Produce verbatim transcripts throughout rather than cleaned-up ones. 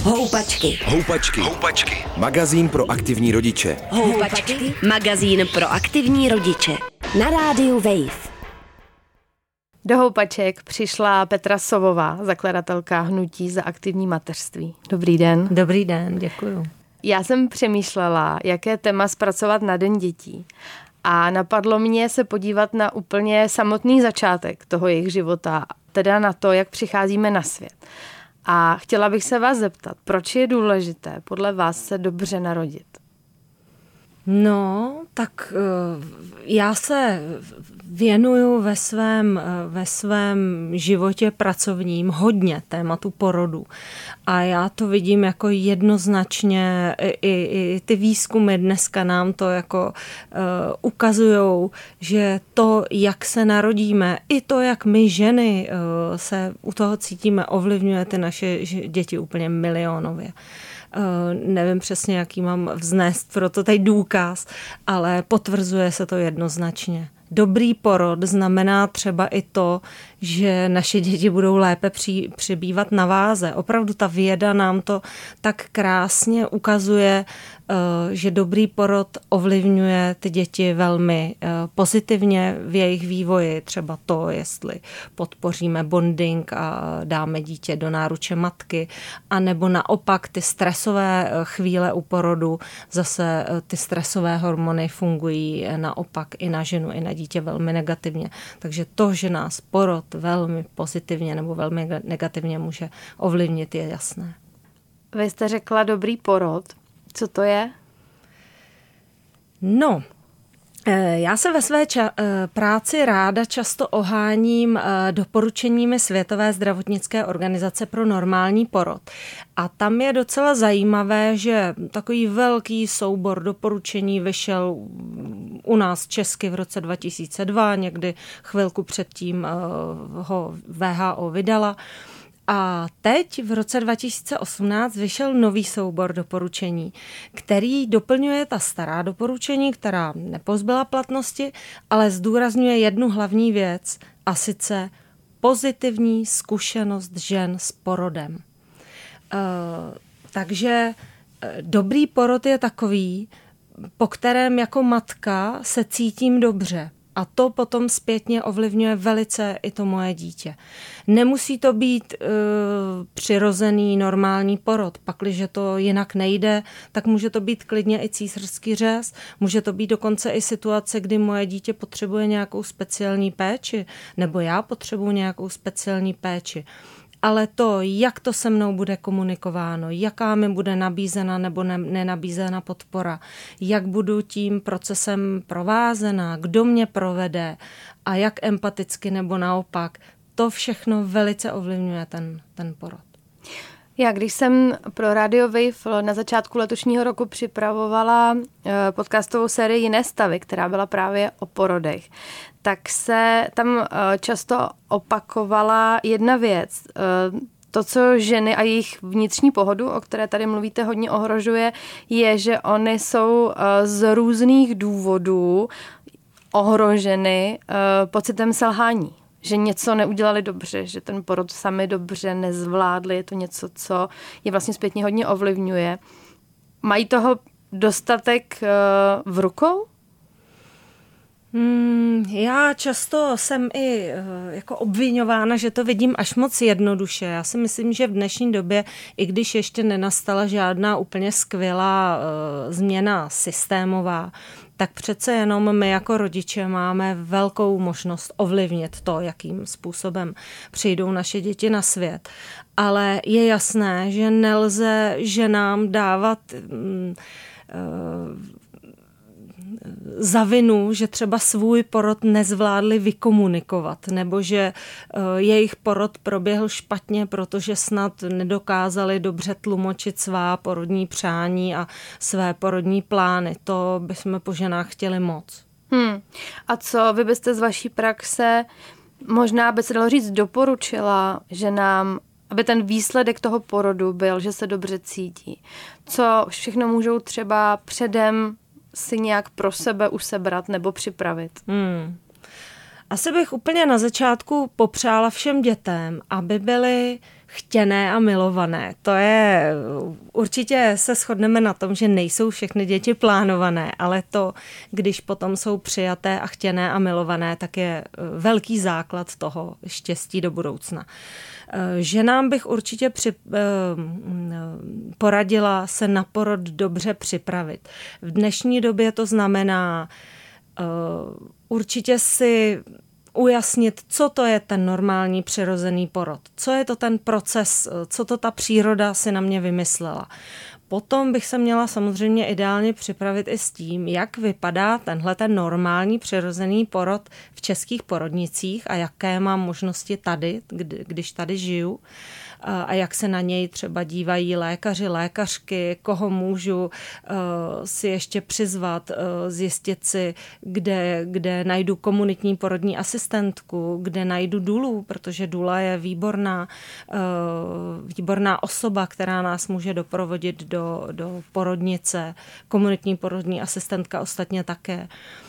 Houpačky. Houpačky. Houpačky. Magazín pro aktivní rodiče. Houpačky. Magazín pro aktivní rodiče. Na rádiu Wave. Do houpaček přišla Petra Sovová, zakladatelka Hnutí za aktivní mateřství. Dobrý den. Dobrý den, děkuju. Já jsem přemýšlela, jaké téma zpracovat na Den dětí. A napadlo mě se podívat na úplně samotný začátek toho jejich života, teda na to, jak přicházíme na svět. A chtěla bych se vás zeptat, proč je důležité podle vás se dobře narodit? No, tak já se věnuju ve svém, ve svém životě pracovním hodně tématu porodu. A já to vidím jako jednoznačně, i, i, i ty výzkumy dneska nám to jako uh, ukazujou, že to, jak se narodíme, i to, jak my ženy uh, se u toho cítíme, ovlivňuje ty naše děti úplně milionově. Uh, nevím přesně, jaký mám vznést pro to tady důkaz, ale potvrzuje se to jednoznačně. Dobrý porod znamená třeba i to, že naše děti budou lépe při, přibývat na váze. Opravdu ta věda nám to tak krásně ukazuje, že dobrý porod ovlivňuje ty děti velmi pozitivně v jejich vývoji. Třeba to, jestli podpoříme bonding a dáme dítě do náruče matky, anebo naopak ty stresové chvíle u porodu, zase ty stresové hormony fungují naopak i na ženu, i na dítě velmi negativně. Takže to, že nás porod velmi pozitivně nebo velmi negativně může ovlivnit, je jasné. Vy jste řekla dobrý porod. Co to je? No, já se ve své ča- práci ráda často oháním doporučeními Světové zdravotnické organizace pro normální porod. A tam je docela zajímavé, že takový velký soubor doporučení vyšel u nás česky v roce dva tisíce dva, někdy chvilku předtím ho W H O vydala. A teď v roce dva tisíce osmnáct vyšel nový soubor doporučení, který doplňuje ta stará doporučení, která nepozbyla platnosti, ale zdůrazňuje jednu hlavní věc, a sice pozitivní zkušenost žen s porodem. E, takže dobrý porod je takový, po kterém jako matka se cítím dobře. A to potom zpětně ovlivňuje velice i to moje dítě. Nemusí to být e, přirozený normální porod. Pakliže to jinak nejde, tak může to být klidně i císařský řez. Může to být dokonce i situace, kdy moje dítě potřebuje nějakou speciální péči, nebo já potřebuji nějakou speciální péči. Ale to, jak to se mnou bude komunikováno, jaká mi bude nabízena nebo ne, nenabízena podpora, jak budu tím procesem provázena, kdo mě provede a jak empaticky nebo naopak, to všechno velice ovlivňuje ten, ten porod. Já, když jsem pro Radio Wave na začátku letošního roku připravovala podcastovou sérii Jiné stavy, která byla právě o porodech, tak se tam často opakovala jedna věc. To, co ženy a jejich vnitřní pohodu, o které tady mluvíte, hodně ohrožuje, je, že oni jsou z různých důvodů ohroženy pocitem selhání. Že něco neudělali dobře, že ten porod sami dobře nezvládli, je to něco, co je vlastně zpětně hodně ovlivňuje. Mají toho dostatek v rukou? Hmm, já často jsem i jako obviňována, že to vidím až moc jednoduše. Já si myslím, že v dnešní době, i když ještě nenastala žádná úplně skvělá uh, změna systémová, tak přece jenom my jako rodiče máme velkou možnost ovlivnit to, jakým způsobem přijdou naše děti na svět. Ale je jasné, že nelze ženám dávat um, uh, za vinu, že třeba svůj porod nezvládli vykomunikovat, nebo že jejich porod proběhl špatně, protože snad nedokázali dobře tlumočit svá porodní přání a své porodní plány. To bychom po ženách chtěli moc. Hmm. A co vy byste z vaší praxe, možná by se dalo říct, doporučila ženám, aby ten výsledek toho porodu byl, že se dobře cítí? Co všechno můžou třeba předem si nějak pro sebe usebrat nebo připravit? Hmm. Asi bych úplně na začátku popřála všem dětem, aby byly chtěné a milované. To je, určitě se shodneme na tom, že nejsou všechny děti plánované, ale to, když potom jsou přijaté a chtěné a milované, tak je velký základ toho štěstí do budoucna. Ženám bych určitě při, poradila se na porod dobře připravit. V dnešní době to znamená určitě si ujasnit, co to je ten normální přirozený porod, co je to ten proces, co to ta příroda si na mě vymyslela. Potom bych se měla samozřejmě ideálně připravit i s tím, jak vypadá tenhle ten normální přirozený porod v českých porodnicích a jaké mám možnosti tady, když tady žiju a jak se na něj třeba dívají lékaři, lékařky, koho můžu si ještě přizvat, zjistit si, kde, kde najdu komunitní porodní asistentku, kde najdu důlu, protože důla je výborná, výborná osoba, která nás může doprovodit do, do porodnice, komunitní porodní asistentka ostatně také.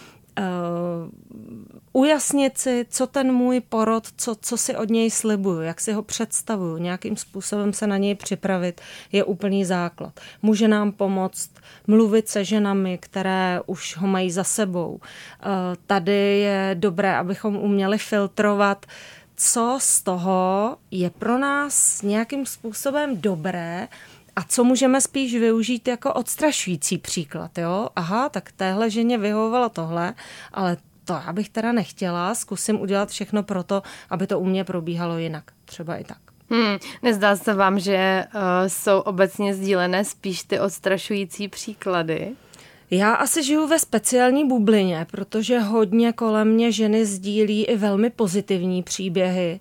Uh, ujasnit si, co ten můj porod, co, co si od něj slibuju, jak si ho představuju, nějakým způsobem se na něj připravit, je úplný základ. Může nám pomoct mluvit se ženami, které už ho mají za sebou. Uh, tady je dobré, abychom uměli filtrovat, co z toho je pro nás nějakým způsobem dobré, a co můžeme spíš využít jako odstrašující příklad, jo? Aha, tak téhle ženě vyhovovalo tohle, ale to já bych teda nechtěla, zkusím udělat všechno pro to, aby to u mě probíhalo jinak. Třeba i tak. Hmm, nezdá se vám, že uh, jsou obecně sdílené spíš ty odstrašující příklady? Já asi žiju ve speciální bublině, protože hodně kolem mě ženy sdílí i velmi pozitivní příběhy.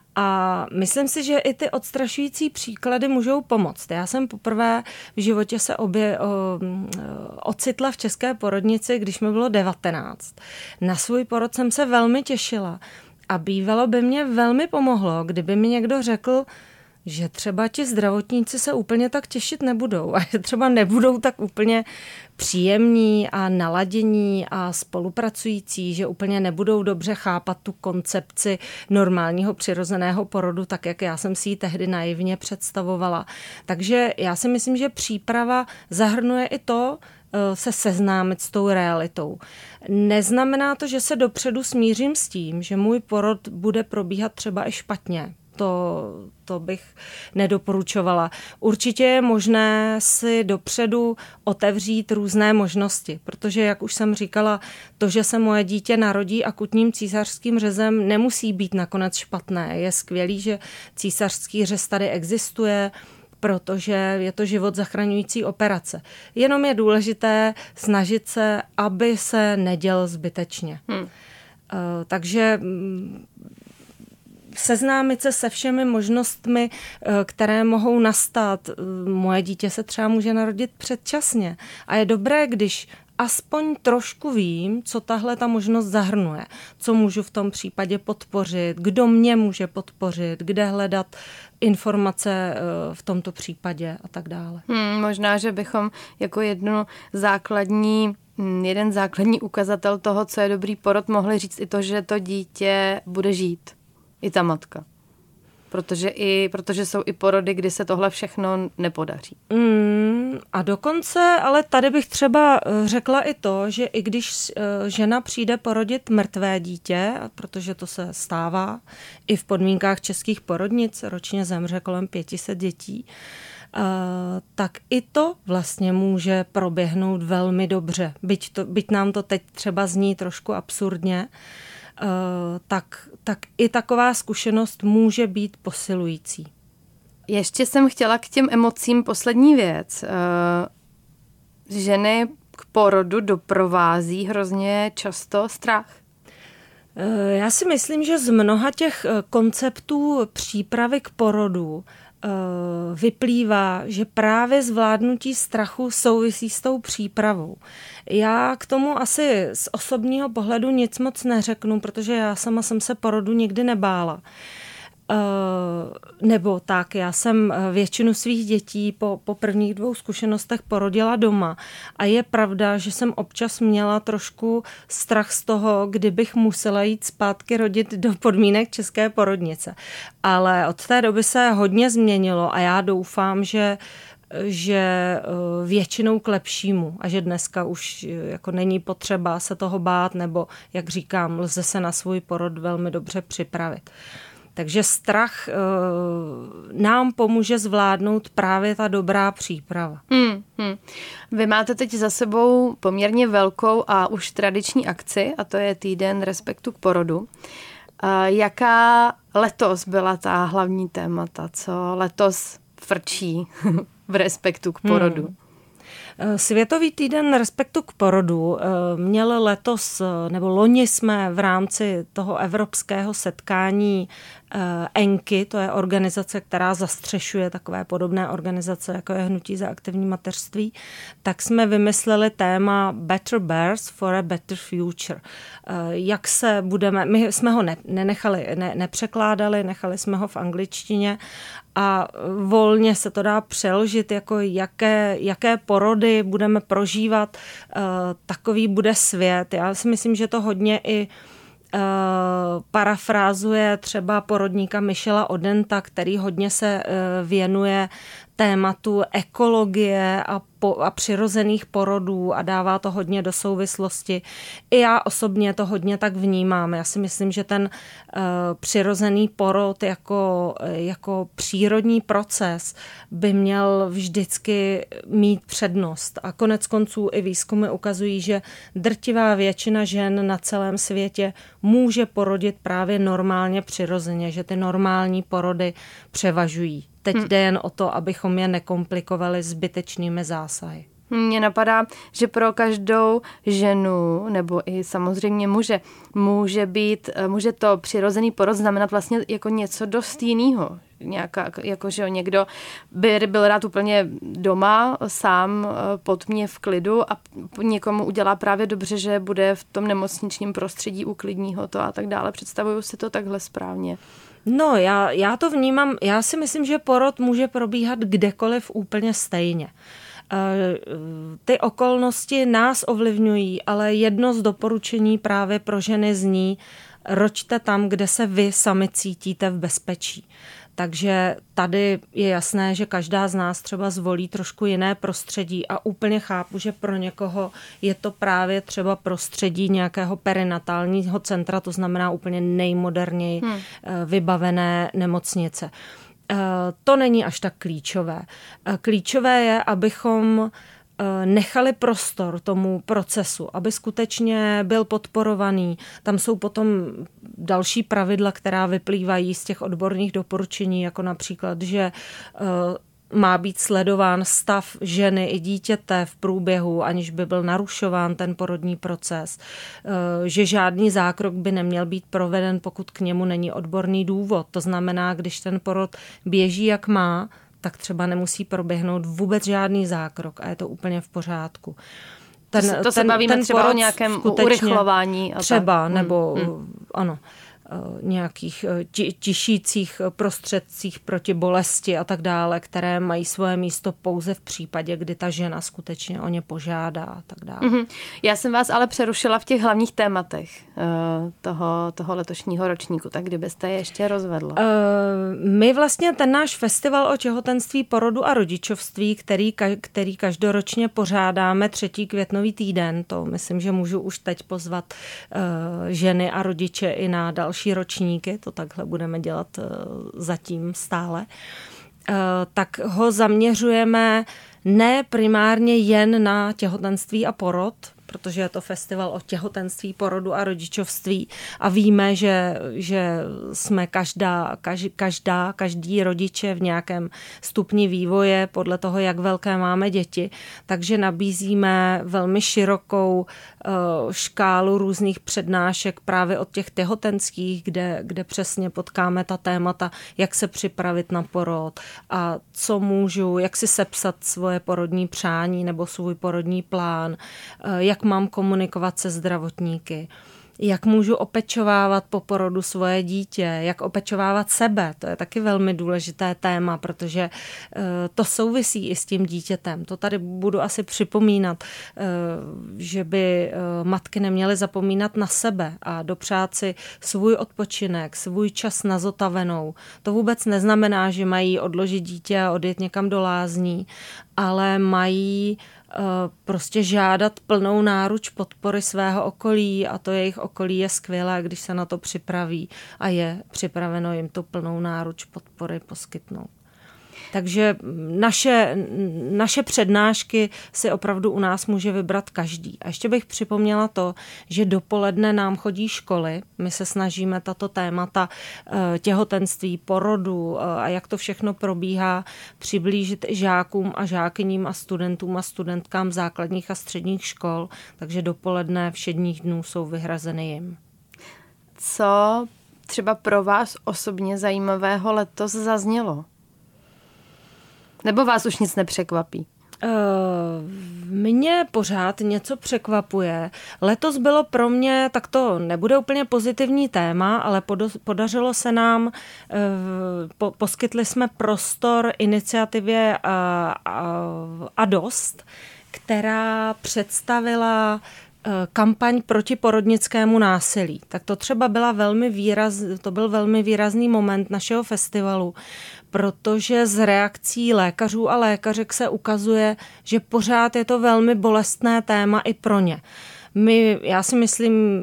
A myslím si, že i ty odstrašující příklady můžou pomoct. Já jsem poprvé v životě se obě, o, ocitla v české porodnici, když mi bylo devatenáct. Na svůj porod jsem se velmi těšila a bývalo by mě velmi pomohlo, kdyby mi někdo řekl, že třeba ti zdravotníci se úplně tak těšit nebudou a že třeba nebudou tak úplně příjemní a naladění a spolupracující, že úplně nebudou dobře chápat tu koncepci normálního přirozeného porodu, tak jak já jsem si ji tehdy naivně představovala. Takže já si myslím, že příprava zahrnuje i to, se seznámit s tou realitou. Neznamená to, že se dopředu smířím s tím, že můj porod bude probíhat třeba i špatně. To, to bych nedoporučovala. Určitě je možné si dopředu otevřít různé možnosti, protože, jak už jsem říkala, to, že se moje dítě narodí akutním císařským řezem, nemusí být nakonec špatné. Je skvělý, že císařský řez tady existuje, protože je to život zachraňující operace. Jenom je důležité snažit se, aby se neděl zbytečně. Hmm. Uh, takže seznámit se se všemi možnostmi, které mohou nastat. Moje dítě se třeba může narodit předčasně a je dobré, když aspoň trošku vím, co tahle ta možnost zahrnuje, co můžu v tom případě podpořit, kdo mě může podpořit, kde hledat informace v tomto případě a tak dále. Hmm, možná, že bychom jako jednu základní, jeden základní ukazatel toho, co je dobrý porod, mohli říct i to, že to dítě bude žít. I ta matka. Protože, i, protože jsou i porody, kdy se tohle všechno nepodaří. Mm, a dokonce, ale tady bych třeba řekla i to, že i když žena přijde porodit mrtvé dítě, protože to se stává i v podmínkách českých porodnic, ročně zemře kolem pět set dětí, Uh, tak i to vlastně může proběhnout velmi dobře. Byť, to, byť nám to teď třeba zní trošku absurdně, uh, tak, tak i taková zkušenost může být posilující. Ještě jsem chtěla k těm emocím poslední věc. Uh, ženy k porodu doprovází hrozně často strach. Já si myslím, že z mnoha těch konceptů přípravy k porodu vyplývá, že právě zvládnutí strachu souvisí s tou přípravou. Já k tomu asi z osobního pohledu nic moc neřeknu, protože já sama jsem se porodu nikdy nebála. Nebo tak, já jsem většinu svých dětí po, po prvních dvou zkušenostech porodila doma a je pravda, že jsem občas měla trošku strach z toho, kdybych musela jít zpátky rodit do podmínek české porodnice. Ale od té doby se hodně změnilo a já doufám, že že většinou k lepšímu a že dneska už jako není potřeba se toho bát, nebo jak říkám, lze se na svůj porod velmi dobře připravit. Takže strach uh, nám pomůže zvládnout právě ta dobrá příprava. Hmm, hmm. Vy máte teď za sebou poměrně velkou a už tradiční akci, a to je týden respektu k porodu. Uh, jaká letos byla ta hlavní témata? Co letos frčí v respektu k porodu? Hmm. Světový týden respektu k porodu měl letos, nebo loni jsme v rámci toho evropského setkání ENKY, to je organizace, která zastřešuje takové podobné organizace, jako je Hnutí za aktivní mateřství, tak jsme vymysleli téma Better Birth for a Better Future. Jak se budeme, my jsme ho ne, nenechali, ne, nepřekládali, nechali jsme ho v angličtině a volně se to dá přeložit, jako jaké, jaké porody budeme prožívat, takový bude svět. Já si myslím, že to hodně i Uh, parafrázuje třeba porodníka Michela Odenta, který hodně se uh, věnuje tématu ekologie a, po, a přirozených porodů a dává to hodně do souvislosti. I já osobně to hodně tak vnímám. Já si myslím, že ten uh, přirozený porod jako, jako přírodní proces by měl vždycky mít přednost. A konec konců i výzkumy ukazují, že drtivá většina žen na celém světě může porodit právě normálně přirozeně, že ty normální porody převažují. Teď jde jen o to, abychom je nekomplikovali zbytečnými zásahy. Mně napadá, že pro každou ženu, nebo i samozřejmě muže, může být, může to přirozený porod znamenat vlastně jako něco dost jiného. Nějaká, jako že někdo by byl rád úplně doma, sám pod mě v klidu a někomu udělá právě dobře, že bude v tom nemocničním prostředí, uklidní ho to a tak dále. Představuju si to takhle správně. No, já, já to vnímám, já si myslím, že porod může probíhat kdekoliv úplně stejně. Ty okolnosti nás ovlivňují, ale jedno z doporučení právě pro ženy zní: roďte tam, kde se vy sami cítíte v bezpečí. Takže tady je jasné, že každá z nás třeba zvolí trošku jiné prostředí a úplně chápu, že pro někoho je to právě třeba prostředí nějakého perinatálního centra, to znamená úplně nejmoderněji hmm. vybavené nemocnice. To není až tak klíčové. Klíčové je, abychom nechali prostor tomu procesu, aby skutečně byl podporovaný. Tam jsou potom další pravidla, která vyplývají z těch odborných doporučení, jako například, že má být sledován stav ženy i dítěte v průběhu, aniž by byl narušován ten porodní proces, že žádný zákrok by neměl být proveden, pokud k němu není odborný důvod. To znamená, když ten porod běží jak má, tak třeba nemusí proběhnout vůbec žádný zákrok a je to úplně v pořádku. Ten, to, to se ten, bavíme ten třeba o nějakém urychlování. A třeba, tak. nebo hmm. ano. nějakých tišících prostředcích proti bolesti a tak dále, které mají svoje místo pouze v případě, kdy ta žena skutečně o ně požádá a tak dále. Mm-hmm. Já jsem vás ale přerušila v těch hlavních tématech toho, toho letošního ročníku, tak kdybyste je ještě rozvedla. Uh, my vlastně ten náš festival o těhotenství, porodu a rodičovství, který, který každoročně pořádáme třetí květnový týden, to myslím, že můžu už teď pozvat uh, ženy a rodiče i na další ročníky, to takhle budeme dělat zatím stále, tak ho zaměřujeme ne primárně jen na těhotenství a porod, protože je to festival o těhotenství, porodu a rodičovství a víme, že, že jsme každá, každá, každý rodiče v nějakém stupni vývoje podle toho, jak velké máme děti, takže nabízíme velmi širokou uh, škálu různých přednášek právě od těch těhotenských, kde, kde přesně potkáme ta témata, jak se připravit na porod a co můžu, jak si sepsat svoje porodní přání nebo svůj porodní plán, uh, jak mám komunikovat se zdravotníky. jak můžu opečovávat po porodu svoje dítě, jak opečovávat sebe. To je taky velmi důležité téma, protože to souvisí i s tím dítětem. To tady budu asi připomínat, že by matky neměly zapomínat na sebe a dopřát si svůj odpočinek, svůj čas na zotavenou. To vůbec neznamená, že mají odložit dítě a odjet někam do lázní, ale mají prostě žádat plnou náruč podpory svého okolí a to jejich okolí je skvělé, když se na to připraví a je připraveno jim tu plnou náruč podpory poskytnout. Takže naše, naše přednášky si opravdu u nás může vybrat každý. A ještě bych připomněla to, že dopoledne nám chodí školy. My se snažíme tato témata těhotenství, porodu a jak to všechno probíhá přiblížit žákům a žákyním a studentům a studentkám základních a středních škol. Takže dopoledne všedních dnů jsou vyhrazeny jim. Co třeba pro vás osobně zajímavého letos zaznělo? Nebo vás už nic nepřekvapí? Uh, mě pořád něco překvapuje. Letos bylo pro mě, tak to nebude úplně pozitivní téma, ale podařilo se nám, uh, po, poskytli jsme prostor iniciativě uh, uh, A dost, která představila kampaň proti porodnickému násilí. Tak to třeba byla velmi výraz, to byl velmi výrazný moment našeho festivalu, protože z reakcí lékařů a lékařek se ukazuje, že pořád je to velmi bolestné téma i pro ně. My, já si myslím,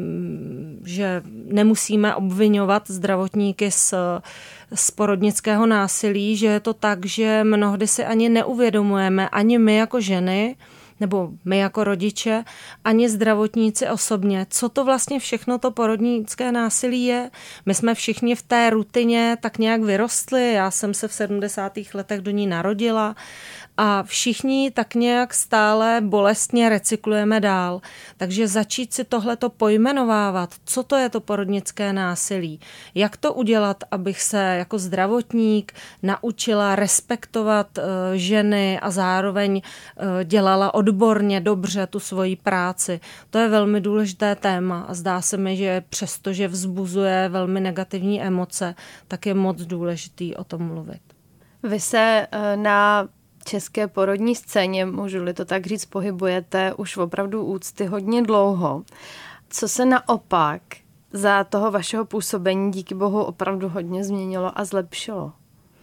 že nemusíme obvinovat zdravotníky z, z porodnického násilí, že je to tak, že mnohdy si ani neuvědomujeme, ani my jako ženy, nebo my jako rodiče, ani zdravotníci osobně, co to vlastně všechno to porodnické násilí je. My jsme všichni v té rutině tak nějak vyrostli, já jsem se v sedmdesátých letech do ní narodila a všichni tak nějak stále bolestně recyklujeme dál. Takže začít si tohleto pojmenovávat, co to je to porodnické násilí, jak to udělat, abych se jako zdravotník naučila respektovat uh, ženy a zároveň uh, dělala odborně, dobře tu svoji práci. To je velmi důležité téma a zdá se mi, že přestože vzbuzuje velmi negativní emoce, tak je moc důležitý o tom mluvit. Vy se uh, na české porodní scéně, můžu-li to tak říct, pohybujete už opravdu úcty hodně dlouho. Co se naopak za toho vašeho působení díky bohu opravdu hodně změnilo a zlepšilo?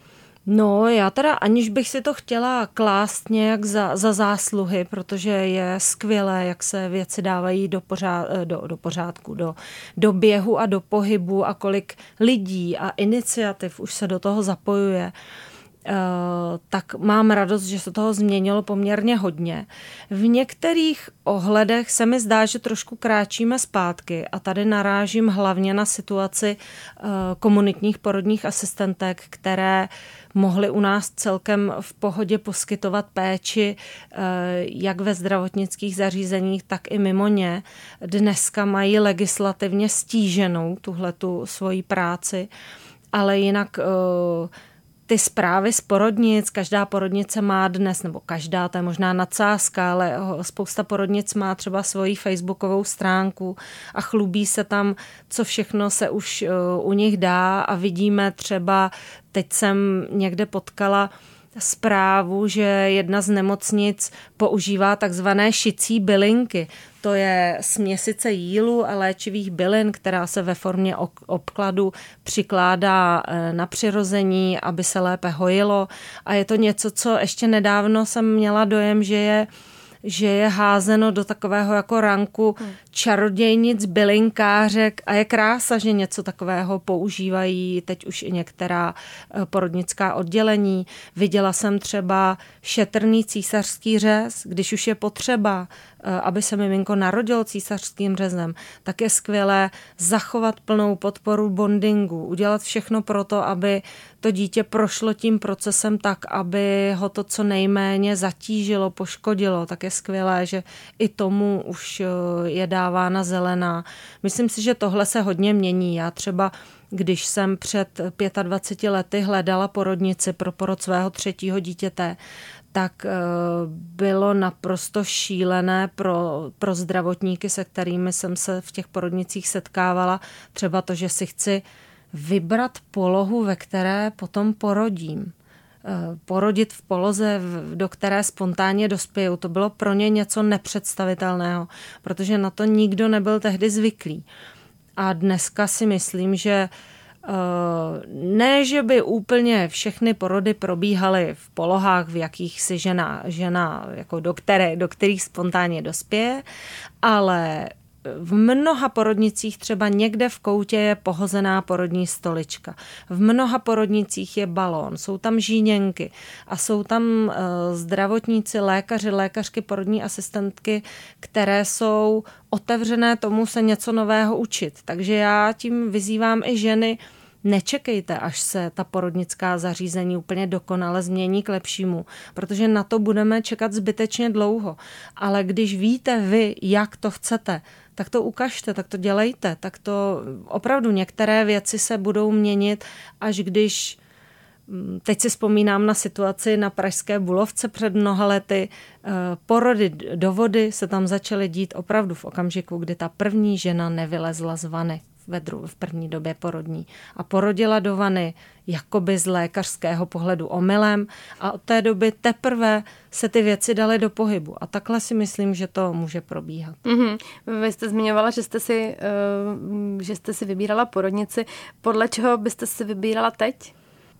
No, já teda aniž bych si to chtěla klást nějak za, za zásluhy, protože je skvělé, jak se věci dávají do, pořád, do, do pořádku, do, do běhu a do pohybu a kolik lidí a iniciativ už se do toho zapojuje. Uh, tak mám radost, že se toho změnilo poměrně hodně. V některých ohledech se mi zdá, že trošku kráčíme zpátky a tady narážím hlavně na situaci uh, komunitních porodních asistentek, které mohly u nás celkem v pohodě poskytovat péči uh, jak ve zdravotnických zařízeních, tak i mimo ně. Dneska mají legislativně stíženou tuhletu svoji práci, ale jinak uh, ty zprávy z porodnic, každá porodnice má dnes, nebo každá, to je možná nadsázka, ale spousta porodnic má třeba svoji facebookovou stránku a chlubí se tam, co všechno se už u nich dá a vidíme třeba, teď jsem někde potkala zprávu, že jedna z nemocnic používá takzvané šicí bylinky. To je směsice jílu a léčivých bylin, která se ve formě obkladu přikládá na přirození, aby se lépe hojilo. A je to něco, co ještě nedávno jsem měla dojem, že je že je házeno do takového jako ranku čarodějnic, bylinkářek a je krása, že něco takového používají teď už i některá porodnická oddělení. Viděla jsem třeba šetrný císařský řez, když už je potřeba, aby se miminko narodilo císařským řezem, tak je skvělé zachovat plnou podporu bondingu, udělat všechno pro to, aby to dítě prošlo tím procesem tak, aby ho to co nejméně zatížilo, poškodilo. Tak je skvělé, že i tomu už je dávána zelená. Myslím si, že tohle se hodně mění. Já třeba, když jsem před dvaceti pěti lety hledala porodnici pro porod svého třetího dítěte, tak bylo naprosto šílené pro, pro zdravotníky, se kterými jsem se v těch porodnicích setkávala. Třeba to, že si chci vybrat polohu, ve které potom porodím. Porodit v poloze, do které spontánně dospěju, to bylo pro ně něco nepředstavitelného, protože na to nikdo nebyl tehdy zvyklý. A dneska si myslím, že ne, že by úplně všechny porody probíhaly v polohách, v jakých si žena, žena jako do, které, do kterých spontánně dospěje, ale v mnoha porodnicích třeba někde v koutě je pohozená porodní stolička. V mnoha porodnicích je balón, jsou tam žíněnky a jsou tam zdravotníci, lékaři, lékařky, porodní asistentky, které jsou otevřené tomu se něco nového učit. Takže já tím vyzývám i ženy, nečekejte, až se ta porodnická zařízení úplně dokonale změní k lepšímu, protože na to budeme čekat zbytečně dlouho. Ale když víte vy, jak to chcete, tak to ukažte, tak to dělejte, tak to opravdu některé věci se budou měnit, až když, teď si vzpomínám na situaci na pražské Bulovce před mnoha lety, porody do vody se tam začaly dít opravdu v okamžiku, kdy ta první žena nevylezla z vany ve dru- v první době porodní a porodila do vany jakoby z lékařského pohledu omylem a od té doby teprve se ty věci daly do pohybu. A takhle si myslím, že to může probíhat. Mm-hmm. Vy jste zmiňovala, že jste si, uh, že jste si vybírala porodnici. Podle čeho byste si vybírala teď?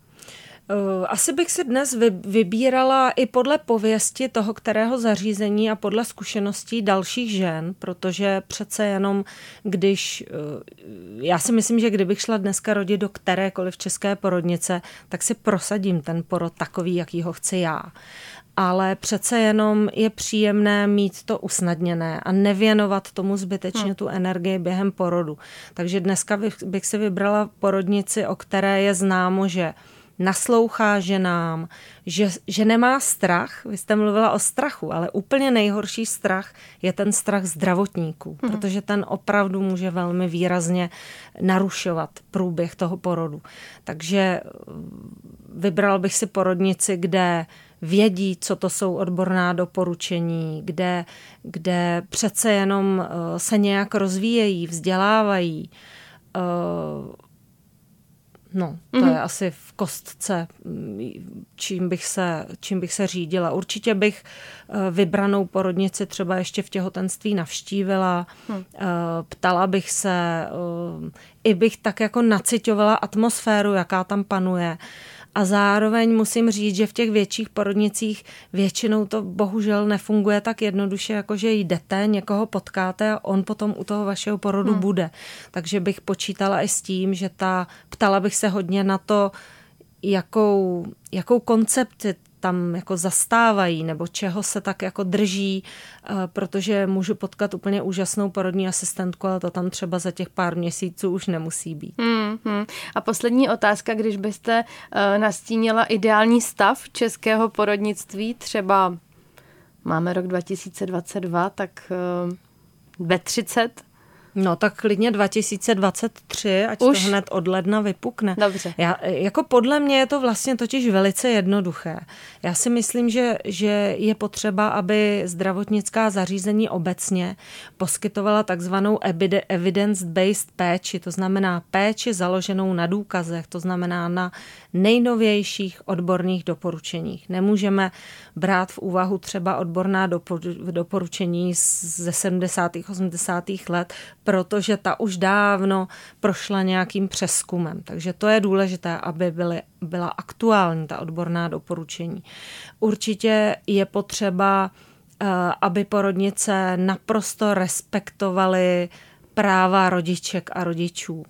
Asi bych si dnes vybírala i podle pověsti toho, kterého zařízení a podle zkušeností dalších žen, protože přece jenom, když, já si myslím, že kdybych šla dneska rodit do kterékoliv české porodnice, tak si prosadím ten porod takový, jaký ho chci já. Ale přece jenom je příjemné mít to usnadněné a nevěnovat tomu zbytečně hmm. tu energii během porodu. Takže dneska bych, bych si vybrala porodnici, o které je známo, že naslouchá ženám, že, že nemá strach. Vy jste mluvila o strachu, ale úplně nejhorší strach je ten strach zdravotníků, mm. protože ten opravdu může velmi výrazně narušovat průběh toho porodu. Takže vybral bych si porodnici, kde vědí, co to jsou odborná doporučení, kde, kde přece jenom se nějak rozvíjejí, vzdělávají. No, to mm-hmm. je asi v kostce, čím bych se, čím bych se řídila. Určitě bych vybranou porodnici třeba ještě v těhotenství navštívila, hmm. ptala bych se, i bych tak jako naciťovala atmosféru, jaká tam panuje. A zároveň musím říct, že v těch větších porodnicích většinou to bohužel nefunguje tak jednoduše, jako že jdete, někoho potkáte a on potom u toho vašeho porodu hmm. bude. Takže bych počítala i s tím, že ta, ptala bych se hodně na to, jakou, jakou koncepci tam jako zastávají, nebo čeho se tak jako drží, protože můžu potkat úplně úžasnou porodní asistentku, ale to tam třeba za těch pár měsíců už nemusí být. Hmm, hmm. A poslední otázka, když byste uh, nastínila ideální stav českého porodnictví, třeba máme rok dva tisíce dvacet dva, tak uh, ve třicet. No tak klidně dva tisíce dvacet tři, ať Už? to hned od ledna vypukne. Dobře. Já, jako podle mě je to vlastně totiž velice jednoduché. Já si myslím, že, že je potřeba, aby zdravotnická zařízení obecně poskytovala takzvanou evidence-based péči, to znamená péči založenou na důkazech, to znamená na nejnovějších odborných doporučeních. Nemůžeme brát v úvahu třeba odborná doporučení ze sedmdesátých osmdesátých let, protože ta už dávno prošla nějakým přezkumem. Takže to je důležité, aby byly, byla aktuální ta odborná doporučení. Určitě je potřeba, aby porodnice naprosto respektovaly práva rodiček a rodičů.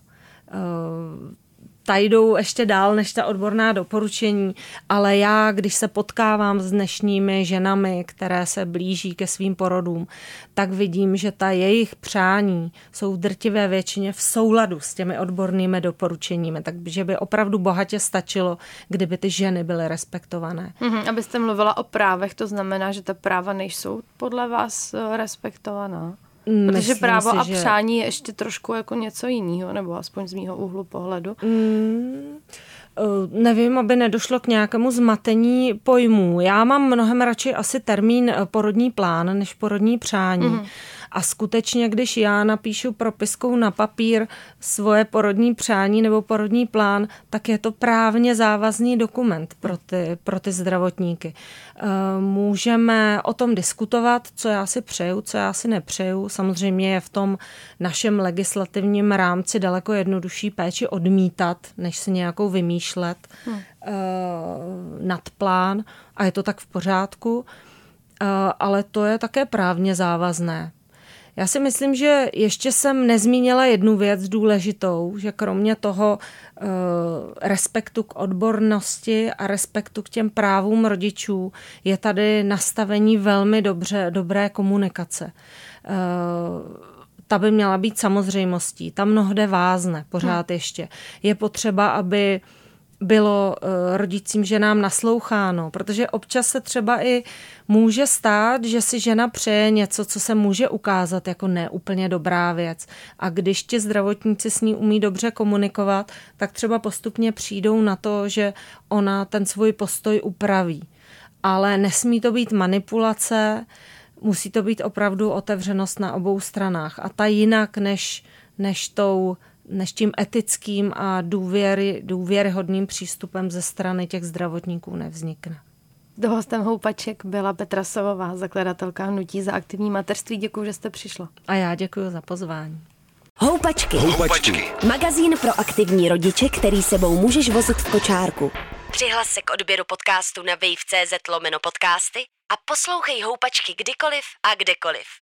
Ta jdou ještě dál než ta odborná doporučení, ale já, když se potkávám s dnešními ženami, které se blíží ke svým porodům, tak vidím, že ta jejich přání jsou v drtivé většině v souladu s těmi odbornými doporučeními, takže by opravdu bohatě stačilo, kdyby ty ženy byly respektované. Mm-hmm, abyste mluvila o právech, to znamená, že ta práva nejsou podle vás respektovaná? Protože Myslím právo si, a že... přání je ještě trošku jako něco jiného, nebo aspoň z mýho úhlu pohledu. Mm, nevím, aby nedošlo k nějakému zmatení pojmů. Já mám mnohem radši asi termín porodní plán, než porodní přání. Mm. A skutečně, když já napíšu propiskou na papír svoje porodní přání nebo porodní plán, tak je to právně závazný dokument pro ty, pro ty zdravotníky. Můžeme o tom diskutovat, co já si přeju, co já si nepřeju. Samozřejmě je v tom našem legislativním rámci daleko jednodušší péči odmítat, než si nějakou vymýšlet hmm. nad plán. A je to tak v pořádku. Ale to je také právně závazné. Já si myslím, že ještě jsem nezmínila jednu věc důležitou, že kromě toho e, respektu k odbornosti a respektu k těm právům rodičů je tady nastavení velmi dobře, dobré komunikace. E, ta by měla být samozřejmostí. Ta mnohde vázne pořád ještě. Je potřeba, aby bylo rodičím ženám nasloucháno, protože občas se třeba i může stát, že si žena přeje něco, co se může ukázat jako neúplně dobrá věc. A když ti zdravotníci s ní umí dobře komunikovat, tak třeba postupně přijdou na to, že ona ten svůj postoj upraví. Ale nesmí to být manipulace, musí to být opravdu otevřenost na obou stranách. A ta jinak než, než tou než tím etickým a důvěry, důvěryhodným přístupem ze strany těch zdravotníků nevznikne. Hostem Houpaček byla Petra Savová, zakladatelka Hnutí za aktivní mateřství. Děkuji, že jste přišla. A já děkuji za pozvání. Houpačky. Houpačky. Magazín pro aktivní rodiče, který sebou můžeš vozit v kočárku. Přihlas se k odběru podcastu na wave tečka cz lomeno podcasty a poslouchej Houpačky kdykoliv a kdekoliv.